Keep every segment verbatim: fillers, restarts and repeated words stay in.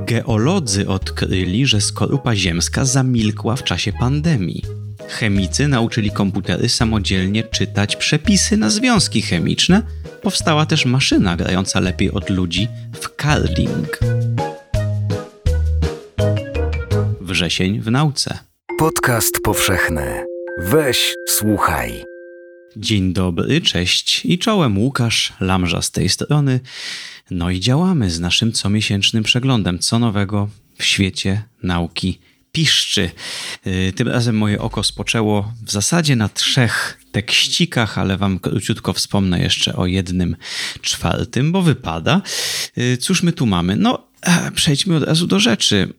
Geolodzy odkryli, że skorupa ziemska zamilkła w czasie pandemii. Chemicy nauczyli komputery samodzielnie czytać przepisy na związki chemiczne. Powstała też maszyna grająca lepiej od ludzi w curling. Wrzesień w nauce. Podcast powszechny. Weź, słuchaj. Dzień dobry, cześć i czołem, Łukasz Lamża z tej strony. No i działamy z naszym comiesięcznym przeglądem, co nowego w świecie nauki piszczy. Tym razem moje oko spoczęło w zasadzie na trzech tekścikach, ale wam króciutko wspomnę jeszcze o jednym czwartym, bo wypada. Cóż my tu mamy? No, przejdźmy od razu do rzeczy.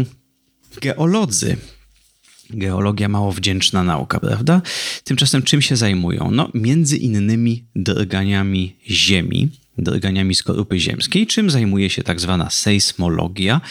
Geolodzy. Geologia mało wdzięczna nauka, prawda? Tymczasem czym się zajmują? No, między innymi drganiami ziemi, drganiami skorupy ziemskiej, czym zajmuje się tak zwana sejsmologia.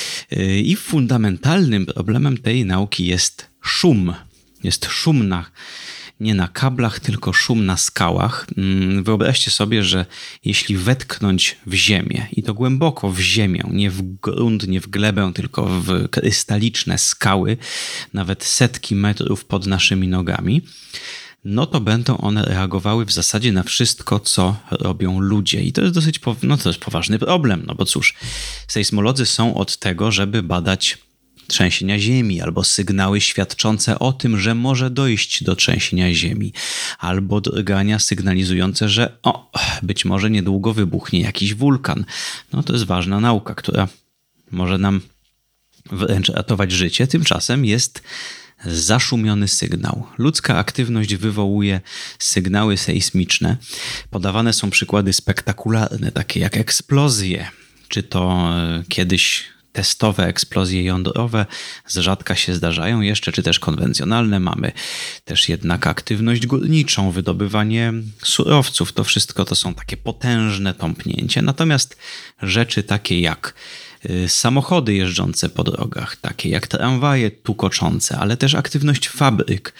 I fundamentalnym problemem tej nauki jest szum. Jest szum na, nie na kablach, tylko szum na skałach. Wyobraźcie sobie, że jeśli wetknąć w ziemię, i to głęboko w ziemię, nie w grunt, nie w glebę, tylko w krystaliczne skały, nawet setki metrów pod naszymi nogami, no to będą one reagowały w zasadzie na wszystko, co robią ludzie. I to jest dosyć no to jest poważny problem, no bo cóż, sejsmolodzy są od tego, żeby badać trzęsienia ziemi, albo sygnały świadczące o tym, że może dojść do trzęsienia ziemi, albo drgania sygnalizujące, że o, być może niedługo wybuchnie jakiś wulkan. No to jest ważna nauka, która może nam wręcz ratować życie. Tymczasem jest zaszumiony sygnał. Ludzka aktywność wywołuje sygnały sejsmiczne. Podawane są przykłady spektakularne, takie jak eksplozje, czy to kiedyś testowe eksplozje jądrowe, z rzadka się zdarzają jeszcze, czy też konwencjonalne. Mamy też jednak aktywność górniczą, wydobywanie surowców. To wszystko to są takie potężne tąpnięcia. Natomiast rzeczy takie jak samochody jeżdżące po drogach, takie jak tramwaje tukoczące, ale też aktywność fabryk.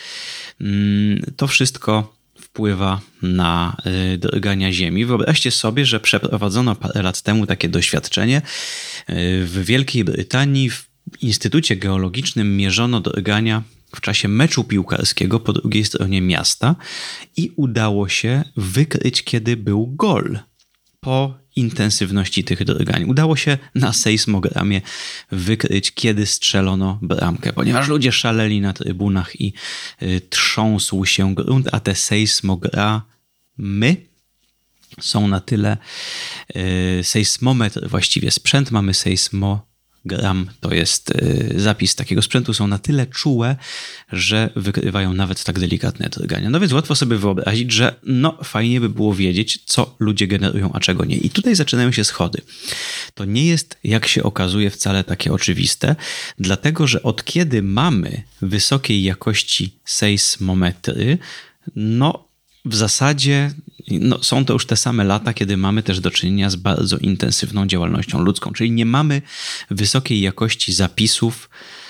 To wszystko wpływa na drgania ziemi. Wyobraźcie sobie, że przeprowadzono parę lat temu takie doświadczenie. W Wielkiej Brytanii w Instytucie Geologicznym mierzono drgania w czasie meczu piłkarskiego po drugiej stronie miasta i udało się wykryć, kiedy był gol. Po intensywności tych drgań. Udało się na sejsmogramie wykryć, kiedy strzelono bramkę, ponieważ ludzie szaleli na trybunach i y, trząsł się grunt, a te sejsmogramy są na tyle, y, sejsmometr, właściwie sprzęt mamy sejsmogram, to jest y, zapis takiego sprzętu, są na tyle czułe, że wykrywają nawet tak delikatne drgania. No więc łatwo sobie wyobrazić, że no fajnie by było wiedzieć, co ludzie generują, a czego nie. I tutaj zaczynają się schody. To nie jest, jak się okazuje, wcale takie oczywiste, dlatego że od kiedy mamy wysokiej jakości sejsmometry, no w zasadzie no, są to już te same lata, kiedy mamy też do czynienia z bardzo intensywną działalnością ludzką, czyli nie mamy wysokiej jakości zapisów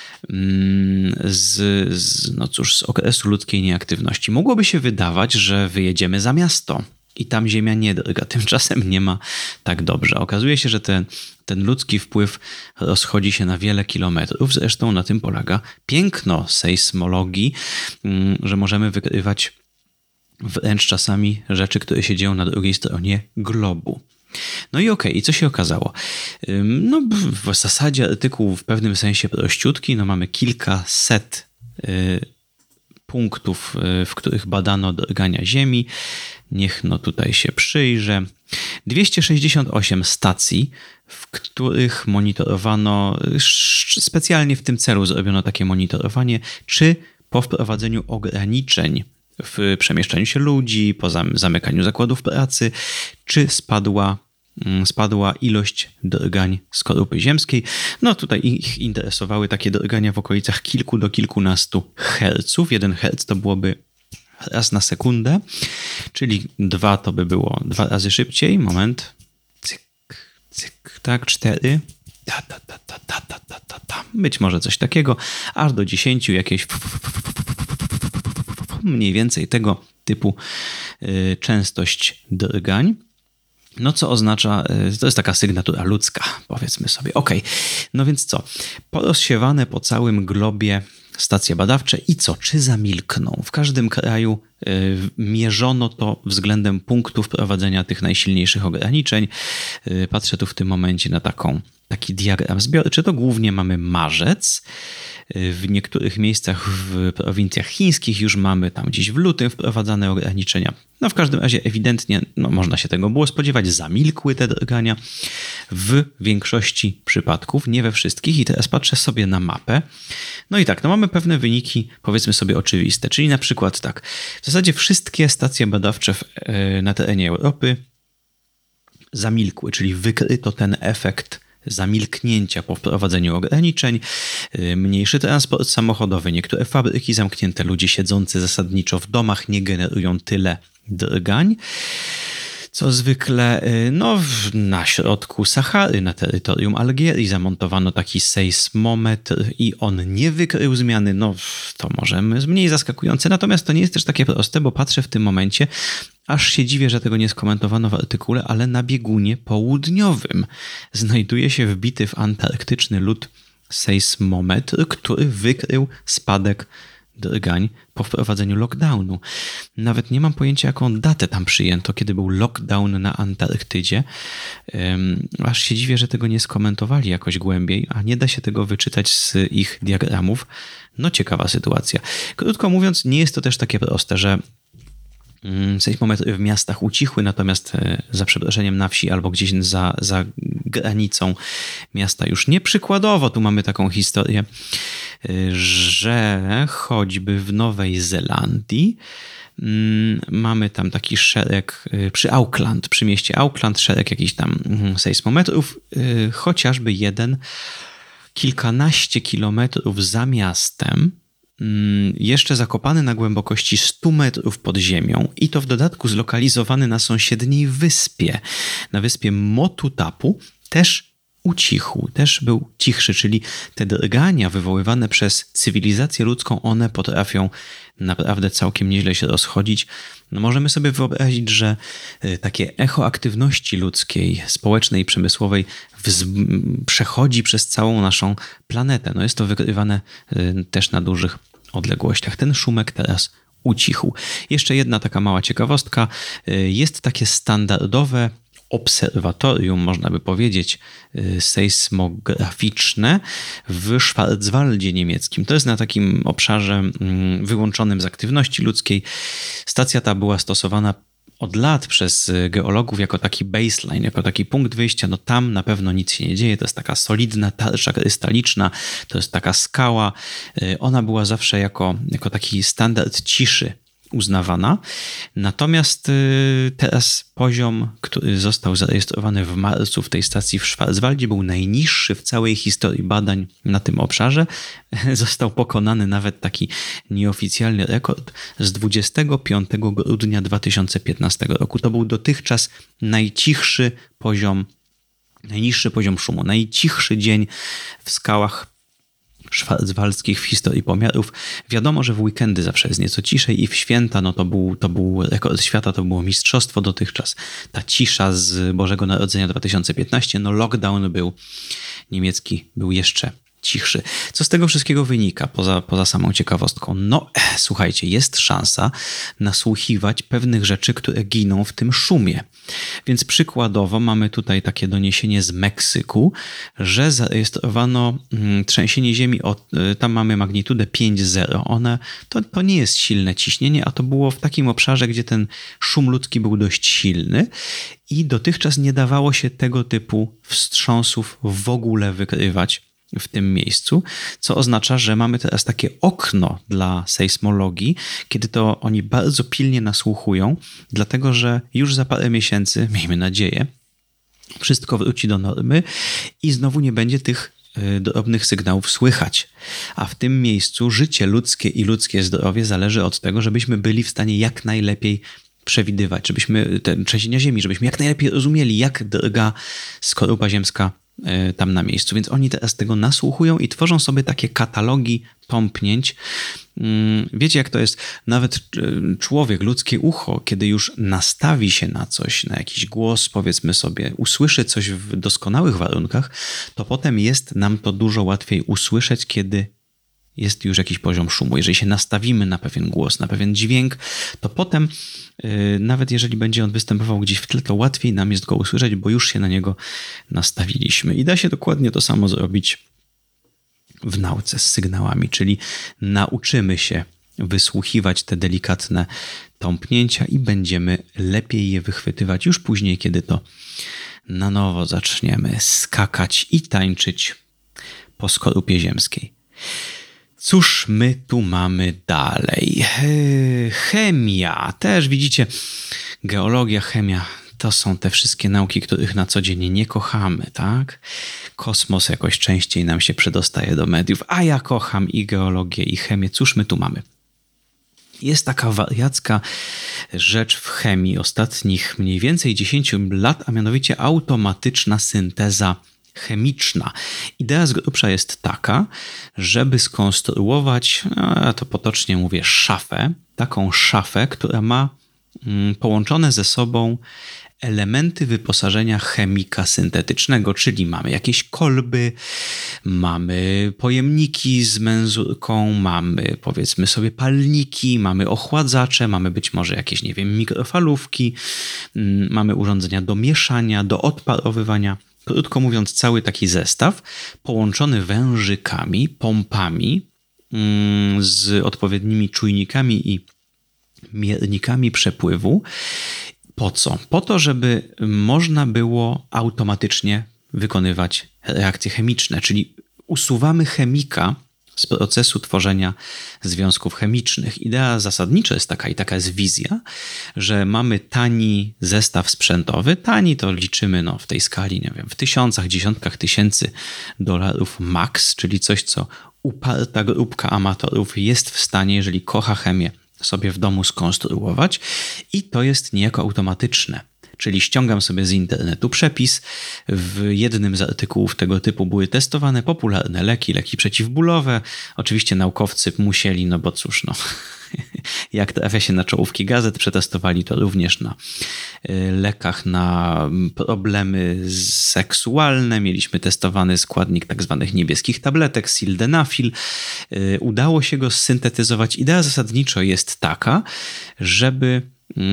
z, z, no cóż, z okresu ludzkiej nieaktywności. Mogłoby się wydawać, że wyjedziemy za miasto i tam ziemia nie drga. Tymczasem nie ma tak dobrze. Okazuje się, że ten, ten ludzki wpływ rozchodzi się na wiele kilometrów. Zresztą na tym polega piękno sejsmologii, że możemy wykrywać wręcz czasami rzeczy, które się dzieją na drugiej stronie globu. No i okej, okay, i co się okazało? No w zasadzie artykuł w pewnym sensie prościutki, no mamy kilkaset y, punktów, y, w których badano drgania ziemi. Niech no tutaj się przyjrzę. dwieście sześćdziesiąt osiem stacji, w których monitorowano, specjalnie w tym celu zrobiono takie monitorowanie, czy po wprowadzeniu ograniczeń w przemieszczaniu się ludzi, po zamykaniu zakładów pracy, czy spadła, spadła ilość drgań skorupy ziemskiej. No tutaj ich interesowały takie drgania w okolicach kilku do kilkunastu herców. Jeden herc to byłoby raz na sekundę, czyli dwa to by było dwa razy szybciej. Moment. Cyk, cyk, tak, cztery. Ta, ta, ta, ta, ta, ta, ta, ta, ta. Być może coś takiego, aż do dziesięciu jakieś mniej więcej tego typu y, częstość drgań. No co oznacza, to jest taka sygnatura ludzka, powiedzmy sobie. Okej, okay. No więc co? Porozsiewane po całym globie stacje badawcze i co? Czy zamilkną? W każdym kraju y, mierzono to względem punktów prowadzenia tych najsilniejszych ograniczeń. Y, patrzę tu w tym momencie na taką, taki diagram zbiorczy. To głównie mamy marzec. Y, w niektórych miejscach w prowincjach chińskich już mamy tam gdzieś w lutym wprowadzane ograniczenia. No w każdym razie ewidentnie, no można się tego było spodziewać, zamilkły te drgania w większości przypadków, nie we wszystkich. I teraz patrzę sobie na mapę. No i tak, no mamy pewne wyniki, powiedzmy sobie oczywiste, czyli na przykład tak, w zasadzie wszystkie stacje badawcze w, na terenie Europy zamilkły, czyli wykryto ten efekt zamilknięcia po wprowadzeniu ograniczeń, mniejszy transport samochodowy, niektóre fabryki zamknięte, ludzie siedzący zasadniczo w domach nie generują tyle drgań, co zwykle no, na środku Sahary, na terytorium Algierii zamontowano taki sejsmometr i on nie wykrył zmiany. No to może mniej zaskakujące, natomiast to nie jest też takie proste, bo patrzę w tym momencie, aż się dziwię, że tego nie skomentowano w artykule, ale na biegunie południowym znajduje się wbity w antarktyczny lód sejsmometr, który wykrył spadek drgań po wprowadzeniu lockdownu. Nawet nie mam pojęcia, jaką datę tam przyjęto, kiedy był lockdown na Antarktydzie. Um, aż się dziwię, że tego nie skomentowali jakoś głębiej, a nie da się tego wyczytać z ich diagramów. No ciekawa sytuacja. Krótko mówiąc, nie jest to też takie proste, że sejsmometry w miastach ucichły, natomiast za przeproszeniem na wsi albo gdzieś za, za granicą miasta już nie. Przykładowo tu mamy taką historię, że choćby w Nowej Zelandii mamy tam taki szereg, przy Auckland, przy mieście Auckland, szereg jakichś tam sejsmometrów, chociażby jeden kilkanaście kilometrów za miastem, jeszcze zakopany na głębokości stu metrów pod ziemią i to w dodatku zlokalizowany na sąsiedniej wyspie, na wyspie Motutapu, też ucichł, też był cichszy, czyli te drgania wywoływane przez cywilizację ludzką, one potrafią naprawdę całkiem nieźle się rozchodzić. No możemy sobie wyobrazić, że takie echo aktywności ludzkiej, społecznej i przemysłowej wz- przechodzi przez całą naszą planetę. No jest to wykrywane też na dużych odległościach. Ten szumek teraz ucichł. Jeszcze jedna taka mała ciekawostka. Jest takie standardowe obserwatorium, można by powiedzieć, sejsmograficzne w Schwarzwaldzie niemieckim. To jest na takim obszarze wyłączonym z aktywności ludzkiej. Stacja ta była stosowana od lat przez geologów jako taki baseline, jako taki punkt wyjścia. No tam na pewno nic się nie dzieje. To jest taka solidna tarcza krystaliczna, to jest taka skała. Ona była zawsze jako, jako taki standard ciszy uznawana. Natomiast teraz poziom, który został zarejestrowany w marcu w tej stacji w Schwarzwaldzie, był najniższy w całej historii badań na tym obszarze. Został pokonany nawet taki nieoficjalny rekord z dwudziestego piątego grudnia dwa tysiące piętnastego roku. To był dotychczas najcichszy poziom, najniższy poziom szumu, najcichszy dzień w skałach szwarzwaldzkich w historii pomiarów. Wiadomo, że w weekendy zawsze jest nieco ciszej i w święta no to był, to był rekord świata, to było mistrzostwo dotychczas. Ta cisza z Bożego Narodzenia dwa tysiące piętnastego, no lockdown był niemiecki, był jeszcze cichszy. Co z tego wszystkiego wynika, poza, poza samą ciekawostką? No, eh, słuchajcie, jest szansa nasłuchiwać pewnych rzeczy, które giną w tym szumie. Więc przykładowo mamy tutaj takie doniesienie z Meksyku, że zarejestrowano mm, trzęsienie ziemi, o, y, tam mamy magnitudę pięć zero. One, to, to nie jest silne ciśnienie, a to było w takim obszarze, gdzie ten szum ludzki był dość silny i dotychczas nie dawało się tego typu wstrząsów w ogóle wykrywać w tym miejscu, co oznacza, że mamy teraz takie okno dla sejsmologii, kiedy to oni bardzo pilnie nasłuchują, dlatego że już za parę miesięcy, miejmy nadzieję, wszystko wróci do normy i znowu nie będzie tych drobnych sygnałów słychać. A w tym miejscu życie ludzkie i ludzkie zdrowie zależy od tego, żebyśmy byli w stanie jak najlepiej przewidywać, żebyśmy te trzęsienia ziemi, żebyśmy jak najlepiej rozumieli, jak drga skorupa ziemska tam na miejscu. Więc oni teraz tego nasłuchują i tworzą sobie takie katalogi tąpnięć. Wiecie, jak to jest? Nawet człowiek, ludzkie ucho, kiedy już nastawi się na coś, na jakiś głos, powiedzmy sobie, usłyszy coś w doskonałych warunkach, to potem jest nam to dużo łatwiej usłyszeć, kiedy jest już jakiś poziom szumu. Jeżeli się nastawimy na pewien głos, na pewien dźwięk, to potem yy, nawet jeżeli będzie on występował gdzieś w tle, to łatwiej nam jest go usłyszeć, bo już się na niego nastawiliśmy. I da się dokładnie to samo zrobić w nauce z sygnałami, czyli nauczymy się wysłuchiwać te delikatne tąpnięcia i będziemy lepiej je wychwytywać już później, kiedy to na nowo zaczniemy skakać i tańczyć po skorupie ziemskiej. Cóż my tu mamy dalej? Chemia. Też widzicie, geologia, chemia to są te wszystkie nauki, których na co dzień nie kochamy, tak? Kosmos jakoś częściej nam się przedostaje do mediów, a ja kocham i geologię, i chemię. Cóż my tu mamy? Jest taka wariacka rzecz w chemii ostatnich mniej więcej dziesięć lat, a mianowicie automatyczna synteza chemiczna. Idea z grubsza jest taka, żeby skonstruować, ja to potocznie mówię, szafę, taką szafę, która ma połączone ze sobą elementy wyposażenia chemika syntetycznego, czyli mamy jakieś kolby, mamy pojemniki z menzurką, mamy powiedzmy sobie palniki, mamy ochładzacze, mamy być może jakieś, nie wiem, mikrofalówki, mamy urządzenia do mieszania, do odparowywania. Krótko mówiąc, cały taki zestaw połączony wężykami, pompami z odpowiednimi czujnikami i miernikami przepływu. Po co? Po to, żeby można było automatycznie wykonywać reakcje chemiczne, czyli usuwamy chemika z procesu tworzenia związków chemicznych. Idea zasadnicza jest taka i taka jest wizja, że mamy tani zestaw sprzętowy. Tani to liczymy no, w tej skali, nie wiem, w tysiącach, dziesiątkach tysięcy dolarów max, czyli coś, co uparta grupka amatorów jest w stanie, jeżeli kocha chemię, sobie w domu skonstruować i to jest niejako automatyczne. Czyli ściągam sobie z internetu przepis. W jednym z artykułów tego typu były testowane popularne leki, leki przeciwbólowe. Oczywiście naukowcy musieli, no bo cóż, no, jak trafia się na czołówki gazet, przetestowali to również na lekach na problemy seksualne. Mieliśmy testowany składnik tak zwanych niebieskich tabletek, sildenafil. Udało się go syntetyzować. Idea zasadniczo jest taka, żeby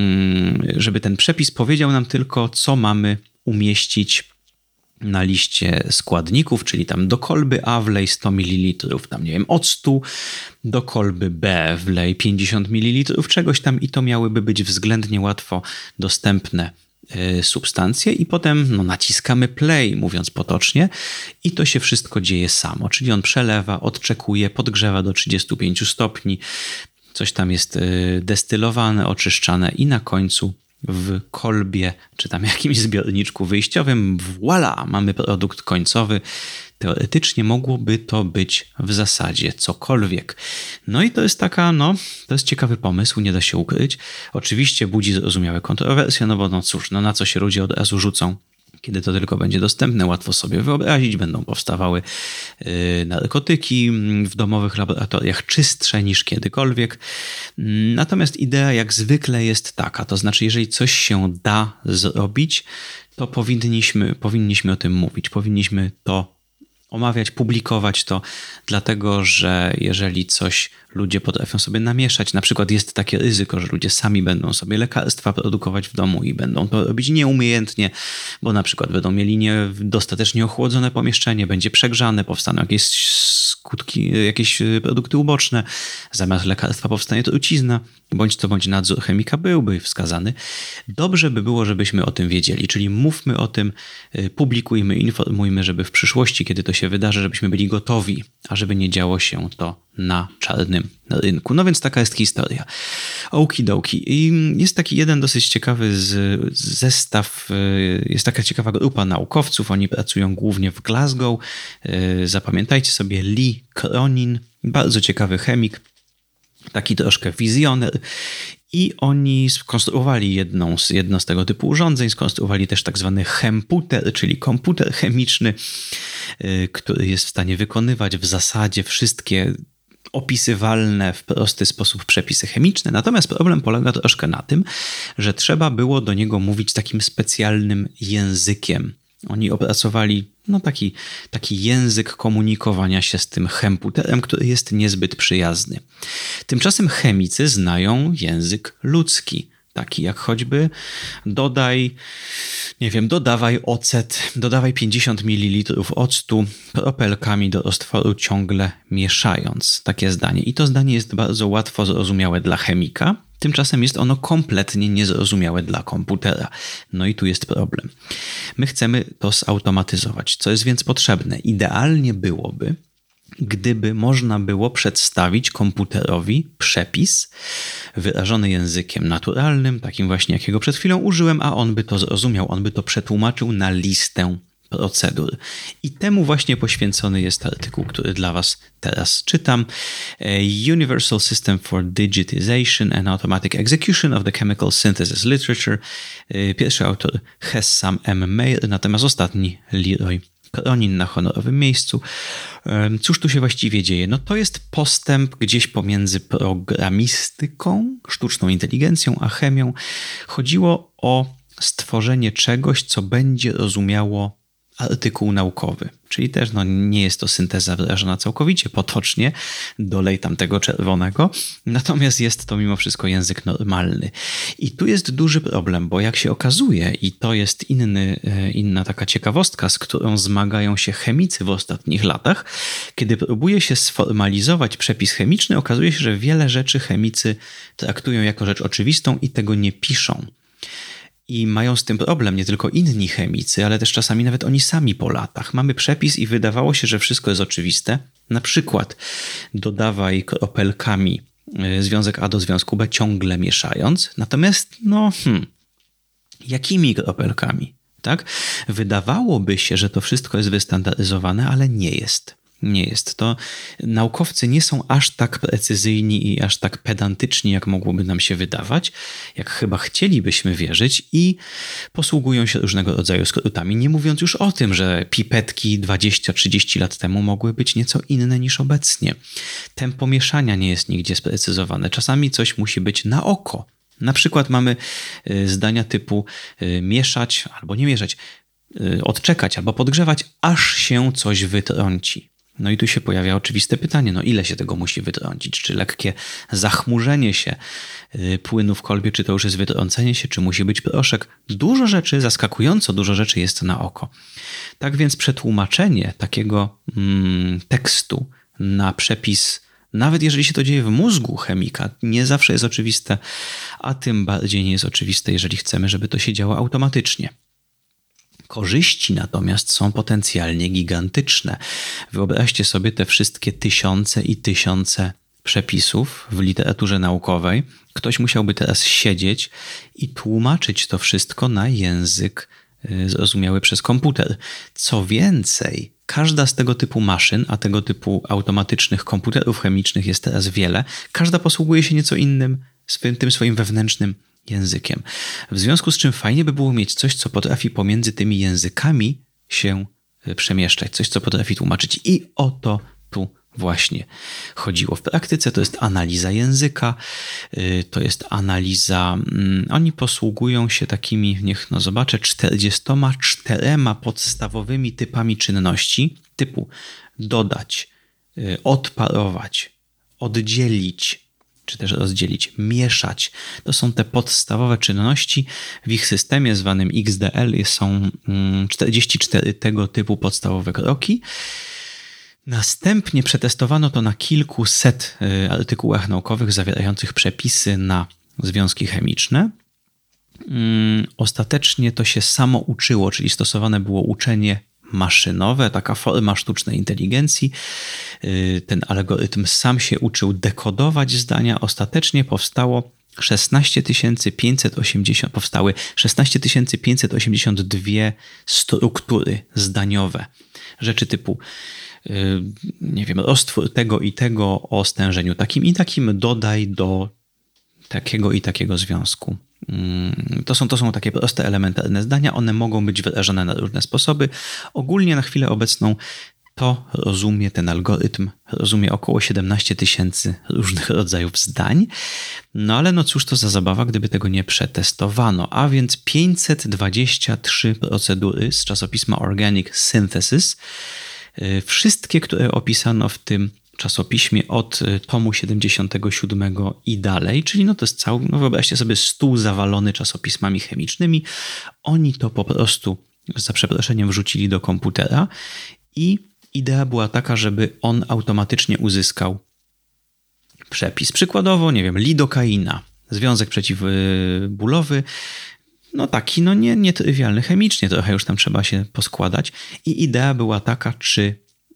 żeby ten przepis powiedział nam tylko, co mamy umieścić na liście składników, czyli tam do kolby A wlej sto mililitrów, tam nie wiem, octu, do kolby B wlej pięćdziesiąt mililitrów czegoś tam i to miałyby być względnie łatwo dostępne substancje i potem no, naciskamy play, mówiąc potocznie, i to się wszystko dzieje samo, czyli on przelewa, odczekuje, podgrzewa do trzydziestu pięciu stopni, coś tam jest destylowane, oczyszczane i na końcu w kolbie czy tam jakimś zbiorniczku wyjściowym voila, mamy produkt końcowy. Teoretycznie mogłoby to być w zasadzie cokolwiek. No i to jest taka, no, to jest ciekawy pomysł, nie da się ukryć. Oczywiście budzi zrozumiałe kontrowersje, no bo no cóż, no na co się ludzie od razu rzucą, kiedy to tylko będzie dostępne, łatwo sobie wyobrazić, będą powstawały yy, narkotyki w domowych laboratoriach czystsze niż kiedykolwiek. Natomiast idea jak zwykle jest taka, to znaczy jeżeli coś się da zrobić, to powinniśmy, powinniśmy o tym mówić, powinniśmy to omawiać, publikować to, dlatego że jeżeli coś ludzie potrafią sobie namieszać, na przykład jest takie ryzyko, że ludzie sami będą sobie lekarstwa produkować w domu i będą to robić nieumiejętnie, bo na przykład będą mieli niedostatecznie ochłodzone pomieszczenie, będzie przegrzane, powstaną jakieś skutki, jakieś produkty uboczne, zamiast lekarstwa powstanie trucizna, bądź to bądź nadzór chemika byłby wskazany. Dobrze by było, żebyśmy o tym wiedzieli, czyli mówmy o tym, publikujmy, informujmy, żeby w przyszłości, kiedy to się wydarzy, żebyśmy byli gotowi, a żeby nie działo się to na czarnym rynku. No więc taka jest historia. Okidoki. I jest taki jeden dosyć ciekawy z, zestaw, jest taka ciekawa grupa naukowców, oni pracują głównie w Glasgow. Zapamiętajcie sobie Lee Cronin, bardzo ciekawy chemik, taki troszkę wizjoner I oni skonstruowali jedną z, jedno z tego typu urządzeń, skonstruowali też tak zwany chemputer, czyli komputer chemiczny, który jest w stanie wykonywać w zasadzie wszystkie opisywalne w prosty sposób przepisy chemiczne. Natomiast problem polega troszkę na tym, że trzeba było do niego mówić takim specjalnym językiem. Oni opracowali no, taki, taki język komunikowania się z tym chemputerem, który jest niezbyt przyjazny. Tymczasem chemicy znają język ludzki, taki jak choćby dodaj, nie wiem, dodawaj ocet, dodawaj pięćdziesiąt mililitrów octu kropelkami do roztworu, ciągle mieszając. Takie zdanie. I to zdanie jest bardzo łatwo zrozumiałe dla chemika. Tymczasem jest ono kompletnie niezrozumiałe dla komputera. No i tu jest problem. My chcemy to zautomatyzować. Co jest więc potrzebne? Idealnie byłoby, gdyby można było przedstawić komputerowi przepis wyrażony językiem naturalnym, takim właśnie jakiego przed chwilą użyłem, a on by to zrozumiał, on by to przetłumaczył na listę procedur. I temu właśnie poświęcony jest artykuł, który dla Was teraz czytam. Universal System for Digitization and Automatic Execution of the Chemical Synthesis Literature. Pierwszy autor Hessam M. Meyer, natomiast ostatni Leroy Cronin na honorowym miejscu. Cóż tu się właściwie dzieje? No to jest postęp gdzieś pomiędzy programistyką, sztuczną inteligencją, a chemią. Chodziło o stworzenie czegoś, co będzie rozumiało artykuł naukowy. Czyli też no, nie jest to synteza wyrażona całkowicie potocznie, dolej tam tego czerwonego, natomiast jest to mimo wszystko język normalny. I tu jest duży problem, bo jak się okazuje, i to jest inny, inna taka ciekawostka, z którą zmagają się chemicy w ostatnich latach, kiedy próbuje się sformalizować przepis chemiczny, okazuje się, że wiele rzeczy chemicy traktują jako rzecz oczywistą i tego nie piszą. I mają z tym problem nie tylko inni chemicy, ale też czasami nawet oni sami po latach. Mamy przepis i wydawało się, że wszystko jest oczywiste. Na przykład dodawaj kropelkami związek A do związku B, ciągle mieszając. Natomiast, no, hmm, jakimi kropelkami? Tak? Wydawałoby się, że to wszystko jest wystandaryzowane, ale nie jest. Nie jest to. Naukowcy nie są aż tak precyzyjni i aż tak pedantyczni, jak mogłoby nam się wydawać, jak chyba chcielibyśmy wierzyć, i posługują się różnego rodzaju skrótami, nie mówiąc już o tym, że pipetki dwadzieścia trzydzieści lat temu mogły być nieco inne niż obecnie. Tempo mieszania nie jest nigdzie sprecyzowane. Czasami coś musi być na oko. Na przykład mamy zdania typu mieszać albo nie mieszać, odczekać albo podgrzewać, aż się coś wytrąci. No i tu się pojawia oczywiste pytanie, no ile się tego musi wytrącić? Czy lekkie zachmurzenie się płynu w kolbie, czy to już jest wytrącenie się, czy musi być proszek? Dużo rzeczy, zaskakująco dużo rzeczy jest na oko. Tak więc przetłumaczenie takiego mm, tekstu na przepis, nawet jeżeli się to dzieje w mózgu chemika, nie zawsze jest oczywiste, a tym bardziej nie jest oczywiste, jeżeli chcemy, żeby to się działo automatycznie. Korzyści natomiast są potencjalnie gigantyczne. Wyobraźcie sobie te wszystkie tysiące i tysiące przepisów w literaturze naukowej. Ktoś musiałby teraz siedzieć i tłumaczyć to wszystko na język zrozumiały przez komputer. Co więcej, każda z tego typu maszyn, a tego typu automatycznych komputerów chemicznych jest teraz wiele, każda posługuje się nieco innym, swym, tym swoim wewnętrznym językiem. W związku z czym fajnie by było mieć coś, co potrafi pomiędzy tymi językami się przemieszczać, coś, co potrafi tłumaczyć. I o to tu właśnie chodziło. W praktyce to jest analiza języka, to jest analiza, oni posługują się takimi, niech no zobaczę, czterdziestoma czterema podstawowymi typami czynności, typu dodać, odparować, oddzielić, czy też rozdzielić, mieszać. To są te podstawowe czynności. W ich systemie zwanym X D L są czterdzieści cztery tego typu podstawowe kroki. Następnie przetestowano to na kilkuset artykułach naukowych zawierających przepisy na związki chemiczne. Ostatecznie to się samo uczyło, czyli stosowane było uczenie maszynowe, taka forma sztucznej inteligencji. Ten algorytm sam się uczył dekodować zdania. Ostatecznie powstało szesnaście tysięcy pięćset osiemdziesiąt, powstały szesnaście tysięcy pięćset osiemdziesiąt dwie struktury zdaniowe. Rzeczy typu nie wiem, roztwór tego i tego o stężeniu takim i takim dodaj do takiego i takiego związku. To są, to są takie proste, elementarne zdania. One mogą być wyrażone na różne sposoby. Ogólnie na chwilę obecną to rozumie ten algorytm, rozumie około siedemnaście tysięcy różnych rodzajów zdań. No ale no cóż to za zabawa, gdyby tego nie przetestowano. A więc pięćset dwadzieścia trzy procedury z czasopisma Organic Synthesis. Wszystkie, które opisano w tym czasopiśmie od tomu siedemdziesiątego siódmego i dalej, czyli no to jest cały, no wyobraźcie sobie stół zawalony czasopismami chemicznymi. Oni to po prostu za przeproszeniem wrzucili do komputera i idea była taka, żeby on automatycznie uzyskał przepis. Przykładowo, nie wiem, lidokaina, związek przeciwbólowy, no taki, no nie, nietrywialny chemicznie, trochę już tam trzeba się poskładać. I idea była taka, czy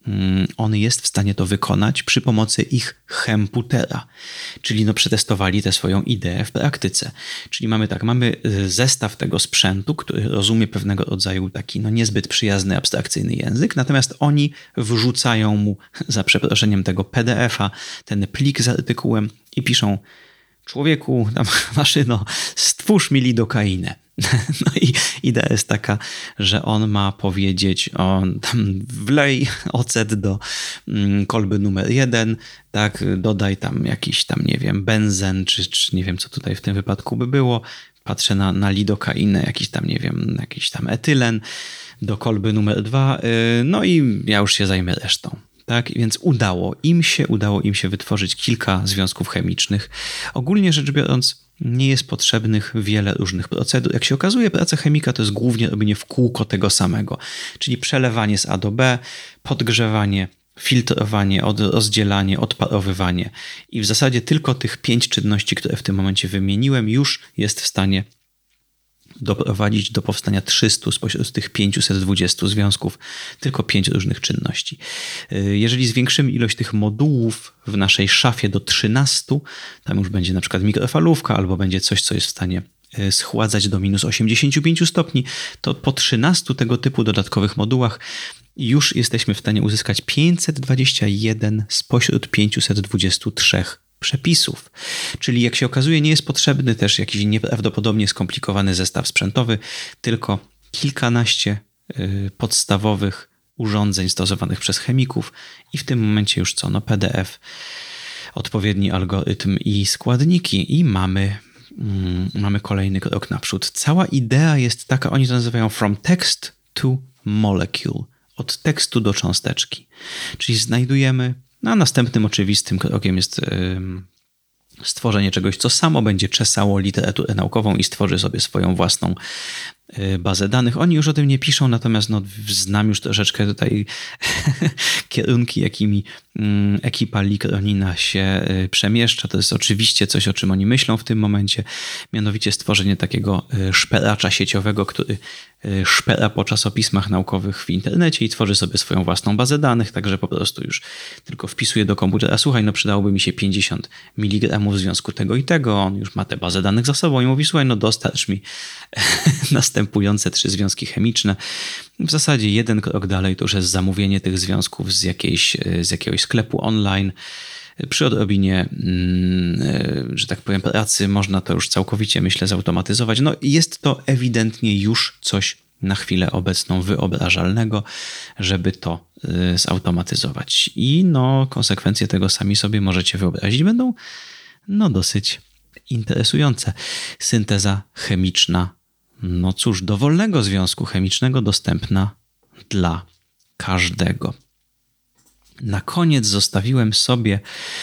on jest w stanie to wykonać przy pomocy ich chemputera. Czyli no przetestowali tę swoją ideę w praktyce. Czyli mamy tak, mamy zestaw tego sprzętu, który rozumie pewnego rodzaju taki no niezbyt przyjazny, abstrakcyjny język, natomiast oni wrzucają mu za przeproszeniem tego P D F a, ten plik z artykułem i piszą: człowieku, tam maszyno, stwórz mi lidokainę. No i idea jest taka, że on ma powiedzieć, o, tam wlej ocet do mm, kolby numer jeden, tak, dodaj tam jakiś tam, nie wiem, benzen, czy, czy nie wiem, co tutaj w tym wypadku by było. Patrzę na, na lidokainę, jakiś tam, nie wiem, jakiś tam etylen do kolby numer dwa, yy, no i ja już się zajmę resztą. Tak, więc udało im się, udało im się wytworzyć kilka związków chemicznych. Ogólnie rzecz biorąc, nie jest potrzebnych wiele różnych procedur. Jak się okazuje, praca chemika to jest głównie robienie w kółko tego samego, czyli przelewanie z A do B, podgrzewanie, filtrowanie, rozdzielanie, odparowywanie. I w zasadzie tylko tych pięć czynności, które w tym momencie wymieniłem, już jest w stanie doprowadzić do powstania trzystu spośród tych pięciuset dwudziestu związków, tylko pięć różnych czynności. Jeżeli zwiększymy ilość tych modułów w naszej szafie do trzynastu, tam już będzie na przykład mikrofalówka albo będzie coś, co jest w stanie schładzać do minus osiemdziesięciu pięciu stopni, to po trzynastu tego typu dodatkowych modułach już jesteśmy w stanie uzyskać pięćset dwadzieścia jeden spośród pięciuset dwudziestu trzech przepisów. Czyli jak się okazuje, nie jest potrzebny też jakiś nieprawdopodobnie skomplikowany zestaw sprzętowy, tylko kilkanaście y, podstawowych urządzeń stosowanych przez chemików i w tym momencie już co? No P D F, odpowiedni algorytm i składniki i mamy, mm, mamy kolejny krok naprzód. Cała idea jest taka, oni to nazywają from text to molecule. Od tekstu do cząsteczki. Czyli znajdujemy. No a następnym oczywistym krokiem jest yy, stworzenie czegoś, co samo będzie czesało literaturę naukową i stworzy sobie swoją własną yy, bazę danych. Oni już o tym nie piszą, natomiast no, znam już troszeczkę tutaj kierunki, jakimi yy, ekipa Lee Cronin'a się yy, przemieszcza. To jest oczywiście coś, o czym oni myślą w tym momencie, mianowicie stworzenie takiego yy, szperacza sieciowego, który szpera po czasopismach naukowych w internecie i tworzy sobie swoją własną bazę danych, także po prostu już tylko wpisuje do komputera: słuchaj, no przydałoby mi się pięćdziesiąt miligramów w związku tego i tego, on już ma tę bazę danych za sobą i mówi: słuchaj, no dostarcz mi następujące trzy związki chemiczne. W zasadzie jeden krok dalej to już jest zamówienie tych związków z, jakiejś, z jakiegoś sklepu online. Przy odrobinie, że tak powiem, pracy można to już całkowicie, myślę, zautomatyzować. No jest to ewidentnie już coś na chwilę obecną wyobrażalnego, żeby to zautomatyzować. I no konsekwencje tego sami sobie możecie wyobrazić. Będą no dosyć interesujące. Synteza chemiczna, no cóż, dowolnego związku chemicznego dostępna dla każdego. Na koniec zostawiłem sobie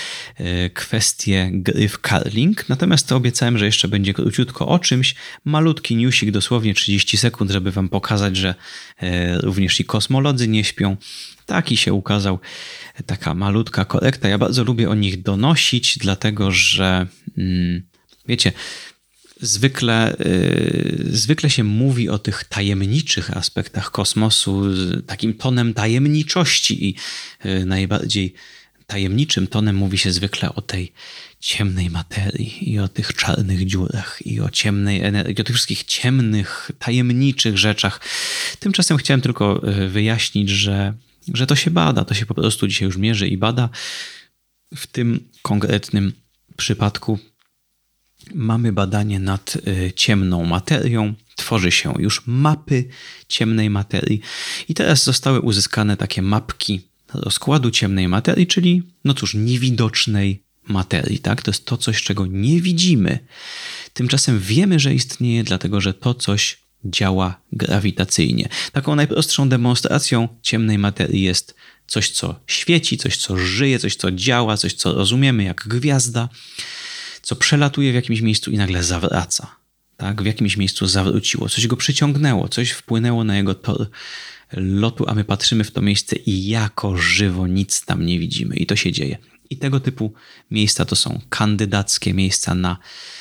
kwestię gry w curling, natomiast to obiecałem, że jeszcze będzie króciutko o czymś. Malutki newsik, dosłownie trzydzieści sekund, żeby wam pokazać, że również i kosmolodzy nie śpią. Taki się ukazał, taka malutka korekta. Ja bardzo lubię o nich donosić, dlatego że hmm, wiecie, Zwykle, yy, zwykle się mówi o tych tajemniczych aspektach kosmosu takim tonem tajemniczości i yy, najbardziej tajemniczym tonem mówi się zwykle o tej ciemnej materii i o tych czarnych dziurach i o ciemnej energii, o tych wszystkich ciemnych, tajemniczych rzeczach. Tymczasem chciałem tylko wyjaśnić, że, że to się bada, to się po prostu dzisiaj już mierzy i bada. W tym konkretnym przypadku mamy badanie nad y, ciemną materią, tworzy się już mapy ciemnej materii i teraz zostały uzyskane takie mapki rozkładu ciemnej materii, czyli no cóż, niewidocznej materii, tak? To jest to coś, czego nie widzimy. Tymczasem wiemy, że istnieje, dlatego że to coś działa grawitacyjnie. Taką najprostszą demonstracją ciemnej materii jest coś, co świeci, coś, co żyje, coś, co działa, coś, co rozumiemy jak gwiazda, co przelatuje w jakimś miejscu i nagle zawraca. Tak? W jakimś miejscu zawróciło, coś go przyciągnęło, coś wpłynęło na jego tor lotu, a my patrzymy w to miejsce i jako żywo nic tam nie widzimy. I to się dzieje. I tego typu miejsca to są kandydackie miejsca na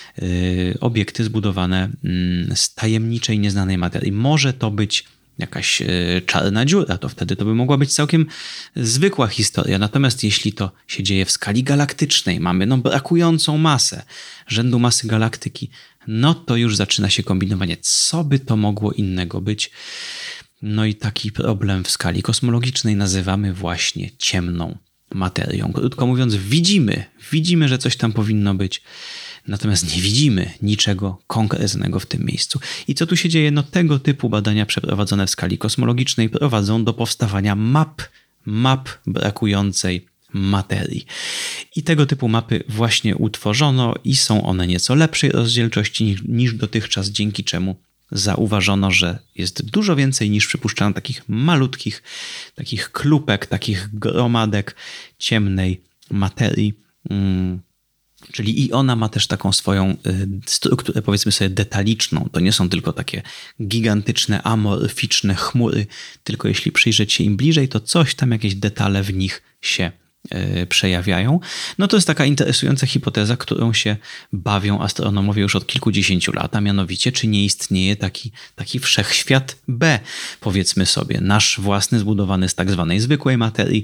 y, obiekty zbudowane y, z tajemniczej, nieznanej materii. Może to być jakaś y, czarna dziura, to wtedy to by mogła być całkiem zwykła historia. Natomiast jeśli to się dzieje w skali galaktycznej, mamy no brakującą masę, rzędu masy galaktyki, no to już zaczyna się kombinowanie, co by to mogło innego być. No i taki problem w skali kosmologicznej nazywamy właśnie ciemną materią. Krótko mówiąc, widzimy, widzimy, że coś tam powinno być, natomiast nie widzimy niczego konkretnego w tym miejscu. I co tu się dzieje? No tego typu badania przeprowadzone w skali kosmologicznej prowadzą do powstawania map, map brakującej materii. I tego typu mapy właśnie utworzono i są one nieco lepszej rozdzielczości niż, niż dotychczas, dzięki czemu zauważono, że jest dużo więcej niż przypuszczano takich malutkich, takich klupek, takich gromadek ciemnej materii. Hmm. Czyli i ona ma też taką swoją strukturę, powiedzmy sobie, detaliczną. To nie są tylko takie gigantyczne, amorficzne chmury, tylko jeśli przyjrzeć się im bliżej, to coś tam, jakieś detale w nich się przejawiają. No to jest taka interesująca hipoteza, którą się bawią astronomowie już od kilkudziesięciu lat, a mianowicie, czy nie istnieje taki, taki wszechświat B, powiedzmy sobie, nasz własny, zbudowany z tak zwanej zwykłej materii,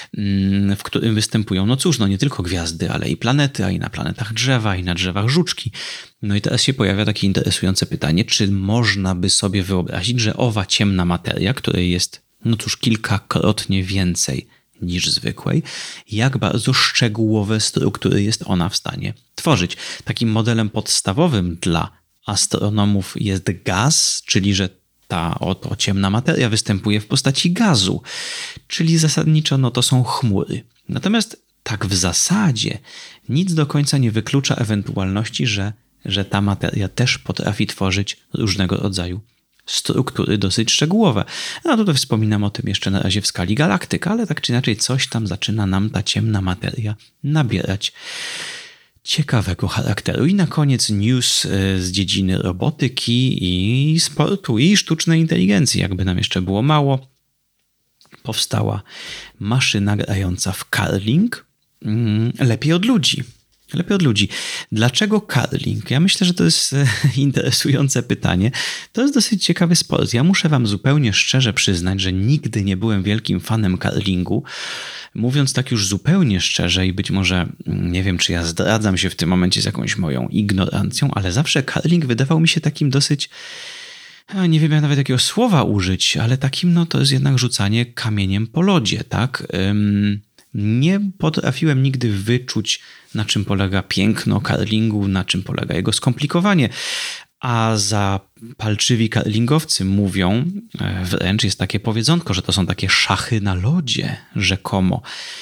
w którym występują, no cóż, no nie tylko gwiazdy, ale i planety, a i na planetach drzewa, i na drzewach żuczki. No i teraz się pojawia takie interesujące pytanie, czy można by sobie wyobrazić, że owa ciemna materia, której jest, no cóż, kilkakrotnie więcej niż zwykłej, jak bardzo szczegółowe struktury jest ona w stanie tworzyć. Takim modelem podstawowym dla astronomów jest gaz, czyli że ta oto ciemna materia występuje w postaci gazu, czyli zasadniczo no to są chmury. Natomiast tak w zasadzie nic do końca nie wyklucza ewentualności, że, że ta materia też potrafi tworzyć różnego rodzaju struktury dosyć szczegółowe. No tutaj wspominam o tym jeszcze na razie w skali galaktyk, ale tak czy inaczej coś tam zaczyna nam ta ciemna materia nabierać ciekawego charakteru. I na koniec news z dziedziny robotyki i sportu i sztucznej inteligencji. Jakby nam jeszcze było mało, powstała maszyna grająca w curling lepiej od ludzi. Lepiej od ludzi. Dlaczego curling? Ja myślę, że to jest interesujące pytanie. To jest dosyć ciekawy sport. Ja muszę wam zupełnie szczerze przyznać, że nigdy nie byłem wielkim fanem curlingu. Mówiąc tak już zupełnie szczerze i być może nie wiem, czy ja zdradzam się w tym momencie z jakąś moją ignorancją, ale zawsze curling wydawał mi się takim dosyć, nie wiem jak nawet jakiego słowa użyć, ale takim, no to jest jednak rzucanie kamieniem po lodzie, tak? Ym... Nie potrafiłem nigdy wyczuć, na czym polega piękno curlingu, na czym polega jego skomplikowanie. A zapalczywi curlingowcy mówią, wręcz jest takie powiedzonko, że to są takie szachy na lodzie, rzekomo.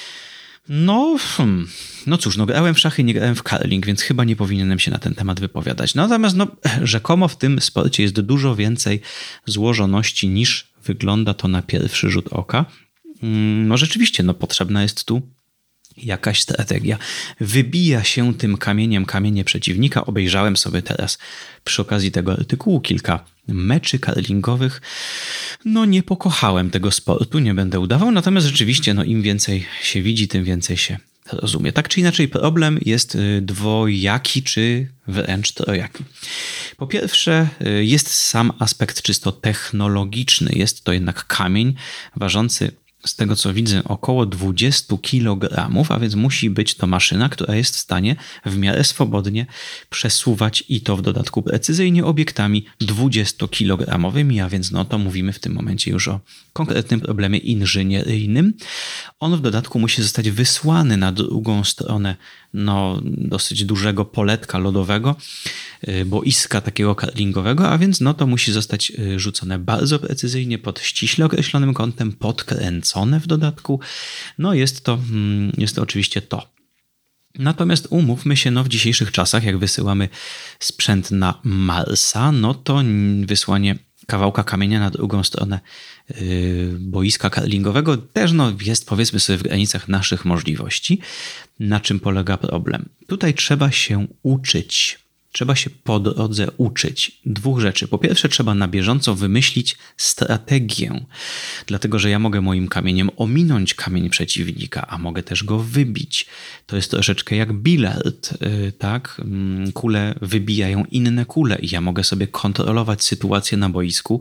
No, hmm, no cóż, no grałem w szachy, nie grałem w curling, więc chyba nie powinienem się na ten temat wypowiadać. Natomiast no, rzekomo w tym sporcie jest dużo więcej złożoności niż wygląda to na pierwszy rzut oka. No rzeczywiście, no potrzebna jest tu jakaś strategia. Wybija się tym kamieniem kamienie przeciwnika. Obejrzałem sobie teraz przy okazji tego artykułu kilka meczy curlingowych. No nie pokochałem tego sportu, nie będę udawał, natomiast rzeczywiście no im więcej się widzi, tym więcej się rozumie. Tak czy inaczej problem jest dwojaki, czy wręcz trojaki. Po pierwsze jest sam aspekt czysto technologiczny. Jest to jednak kamień ważący z tego co widzę, około dwadzieścia kilogramów, a więc musi być to maszyna, która jest w stanie w miarę swobodnie przesuwać i to w dodatku precyzyjnie obiektami dwudziestokilogramowymi, a więc no to mówimy w tym momencie już o konkretnym problemie inżynieryjnym. On w dodatku musi zostać wysłany na drugą stronę no, dosyć dużego poletka lodowego, boiska takiego curlingowego, a więc no to musi zostać rzucone bardzo precyzyjnie pod ściśle określonym kątem, podkręcone w dodatku. No jest to, jest to oczywiście to. Natomiast umówmy się, no w dzisiejszych czasach, jak wysyłamy sprzęt na Marsa, no to wysłanie kawałka kamienia na drugą stronę yy, boiska curlingowego też no, jest, powiedzmy sobie, w granicach naszych możliwości. Na czym polega problem? Tutaj trzeba się uczyć. Trzeba się po drodze uczyć dwóch rzeczy. Po pierwsze, trzeba na bieżąco wymyślić strategię, dlatego że ja mogę moim kamieniem ominąć kamień przeciwnika, a mogę też go wybić. To jest troszeczkę jak bilard, tak? Kule wybijają inne kule i ja mogę sobie kontrolować sytuację na boisku,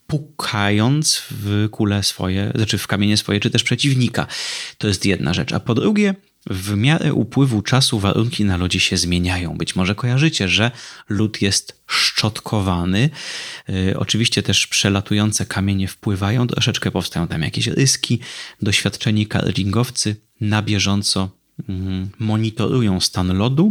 pukając w kule swoje, znaczy w kamienie swoje, czy też przeciwnika. To jest jedna rzecz. A po drugie, w miarę upływu czasu warunki na lodzie się zmieniają. Być może kojarzycie, że lód jest szczotkowany. Yy, oczywiście też przelatujące kamienie wpływają, troszeczkę powstają tam jakieś ryski. Doświadczeni curlingowcy na bieżąco yy, monitorują stan lodu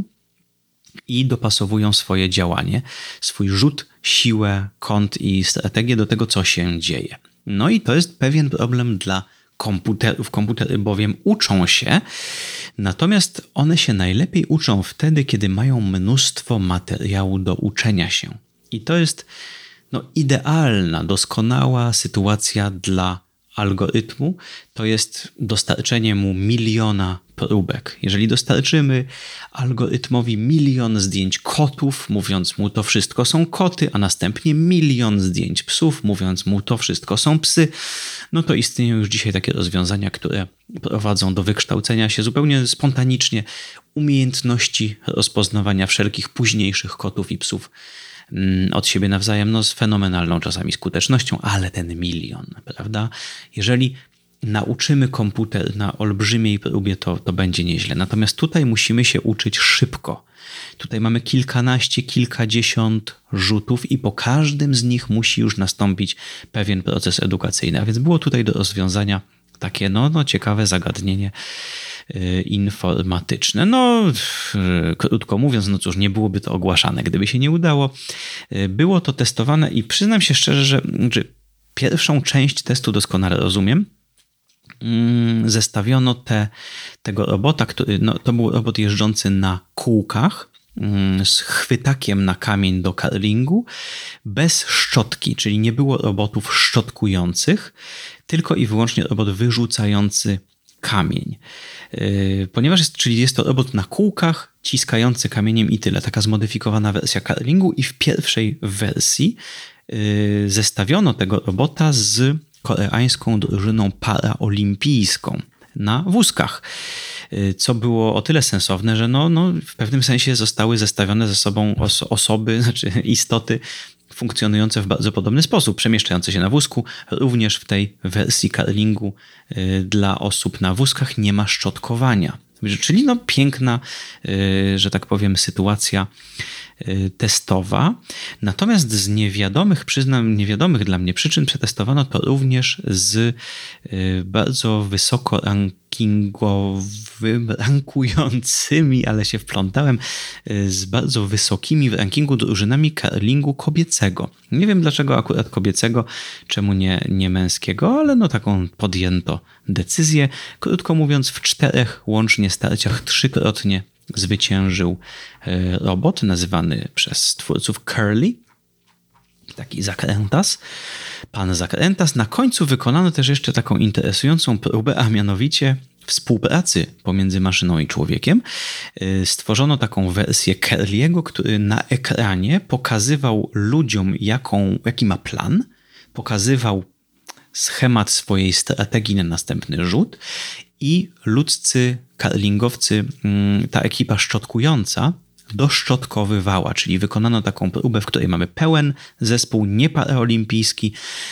i dopasowują swoje działanie, swój rzut, siłę, kąt i strategię do tego, co się dzieje. No i to jest pewien problem dla komputerów. Komputery bowiem uczą się, natomiast one się najlepiej uczą wtedy, kiedy mają mnóstwo materiału do uczenia się. I to jest no, idealna, doskonała sytuacja dla algorytmu. To jest dostarczenie mu miliona próbek. Jeżeli dostarczymy algorytmowi milion zdjęć kotów, mówiąc mu to wszystko są koty, a następnie milion zdjęć psów, mówiąc mu to wszystko są psy, no to istnieją już dzisiaj takie rozwiązania, które prowadzą do wykształcenia się zupełnie spontanicznie umiejętności rozpoznawania wszelkich późniejszych kotów i psów od siebie nawzajem, no z fenomenalną czasami skutecznością, ale ten milion, prawda? Jeżeli nauczymy komputer na olbrzymiej próbie, to, to będzie nieźle. Natomiast tutaj musimy się uczyć szybko. Tutaj mamy kilkanaście, kilkadziesiąt rzutów i po każdym z nich musi już nastąpić pewien proces edukacyjny. A więc było tutaj do rozwiązania takie no, no ciekawe zagadnienie yy, informatyczne. No, yy, krótko mówiąc, no cóż, nie byłoby to ogłaszane, gdyby się nie udało. Yy, było to testowane i przyznam się szczerze, że, że pierwszą część testu doskonale rozumiem. Zestawiono te, tego robota, który, no, to był robot jeżdżący na kółkach z chwytakiem na kamień do curlingu, bez szczotki, czyli nie było robotów szczotkujących, tylko i wyłącznie robot wyrzucający kamień. Ponieważ jest, czyli jest to robot na kółkach, ciskający kamieniem i tyle. Taka zmodyfikowana wersja curlingu i w pierwszej wersji zestawiono tego robota z koreańską drużyną paraolimpijską na wózkach, co było o tyle sensowne, że no, no w pewnym sensie zostały zestawione ze sobą os- osoby, znaczy istoty funkcjonujące w bardzo podobny sposób, przemieszczające się na wózku. Również w tej wersji curlingu y, dla osób na wózkach nie ma szczotkowania. Czyli no piękna, y, że tak powiem, sytuacja testowa. Natomiast z niewiadomych, przyznam, niewiadomych dla mnie przyczyn przetestowano to również z bardzo wysoko rankingowymi, rankującymi, ale się wplątałem, z bardzo wysokimi w rankingu drużynami curlingu kobiecego. Nie wiem dlaczego akurat kobiecego, czemu nie, nie męskiego, ale no taką podjęto decyzję. Krótko mówiąc, w czterech łącznie starciach trzykrotnie zwyciężył robot nazywany przez twórców Curly, taki zakrętas, pan zakrętas. Na końcu wykonano też jeszcze taką interesującą próbę, a mianowicie współpracy pomiędzy maszyną i człowiekiem. Stworzono taką wersję Curly'ego, który na ekranie pokazywał ludziom, jaką, jaki ma plan, pokazywał schemat swojej strategii na następny rzut i ludzcy curlingowcy, ta ekipa szczotkująca, doszczotkowywała, czyli wykonano taką próbę, w której mamy pełen zespół nieparaolimpijski,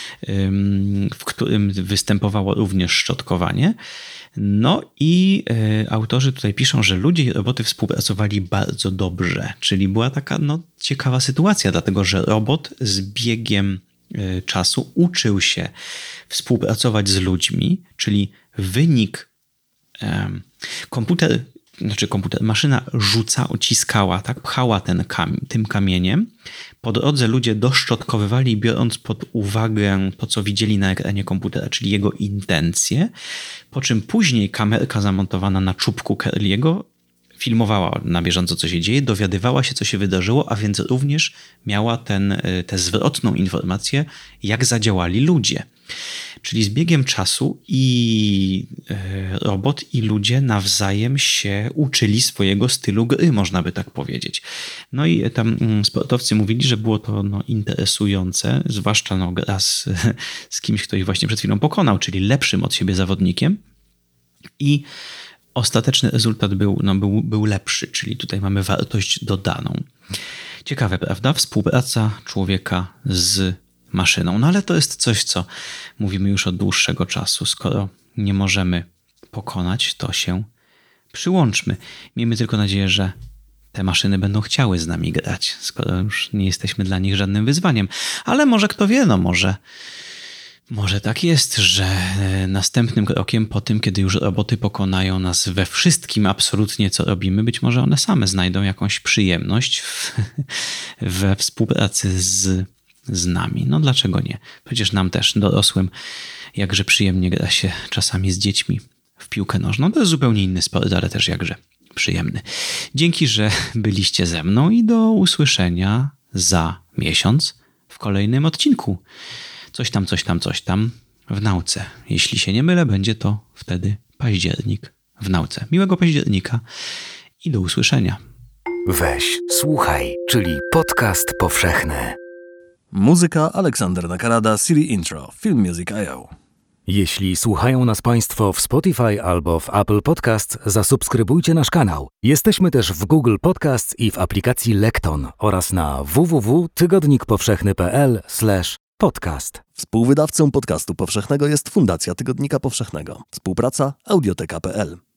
w którym występowało również szczotkowanie. No i y, autorzy tutaj piszą, że ludzie i roboty współpracowali bardzo dobrze, czyli była taka no, ciekawa sytuacja, dlatego że robot z biegiem y, czasu uczył się współpracować z ludźmi, czyli wynik y, komputer, znaczy komputer, maszyna rzuca, uciskała, tak, pchała ten kam- tym kamieniem. Po drodze ludzie doszczotkowywali, biorąc pod uwagę to, co widzieli na ekranie komputera, czyli jego intencje, po czym później kamerka zamontowana na czubku Curly'ego filmowała na bieżąco, co się dzieje, dowiadywała się, co się wydarzyło, a więc również miała ten, tę zwrotną informację, jak zadziałali ludzie. Czyli z biegiem czasu i robot, i ludzie nawzajem się uczyli swojego stylu gry, można by tak powiedzieć. No i tam sportowcy mówili, że było to no, interesujące, zwłaszcza no, gra z, z kimś, kto ich właśnie przed chwilą pokonał, czyli lepszym od siebie zawodnikiem. I ostateczny rezultat był, no, był, był lepszy, czyli tutaj mamy wartość dodaną. Ciekawe, prawda? Współpraca człowieka z maszyną. No ale to jest coś, co mówimy już od dłuższego czasu. Skoro nie możemy pokonać, to się przyłączmy. Miejmy tylko nadzieję, że te maszyny będą chciały z nami grać, skoro już nie jesteśmy dla nich żadnym wyzwaniem. Ale może kto wie, no może Może tak jest, że następnym krokiem po tym, kiedy już roboty pokonają nas we wszystkim absolutnie, co robimy, być może one same znajdą jakąś przyjemność w, we współpracy z, z nami. No dlaczego nie? Przecież nam też, dorosłym, jakże przyjemnie gra się czasami z dziećmi w piłkę nożną. To jest zupełnie inny sport, ale też jakże przyjemny. Dzięki, że byliście ze mną i do usłyszenia za miesiąc w kolejnym odcinku. Coś tam, coś tam, coś tam w nauce. Jeśli się nie mylę, będzie to wtedy październik w nauce. Miłego października i do usłyszenia. Weź, słuchaj, czyli podcast powszechny. Muzyka Aleksander Nakarada, Siri Intro, Film Music kropka i o. Jeśli słuchają nas Państwo w Spotify albo w Apple Podcast, zasubskrybujcie nasz kanał. Jesteśmy też w Google Podcast i w aplikacji Lekton oraz na w w w kropka tygodnik powszechny kropka p l slash podcast. Współwydawcą podcastu powszechnego jest Fundacja Tygodnika Powszechnego. Współpraca Audioteka kropka p l.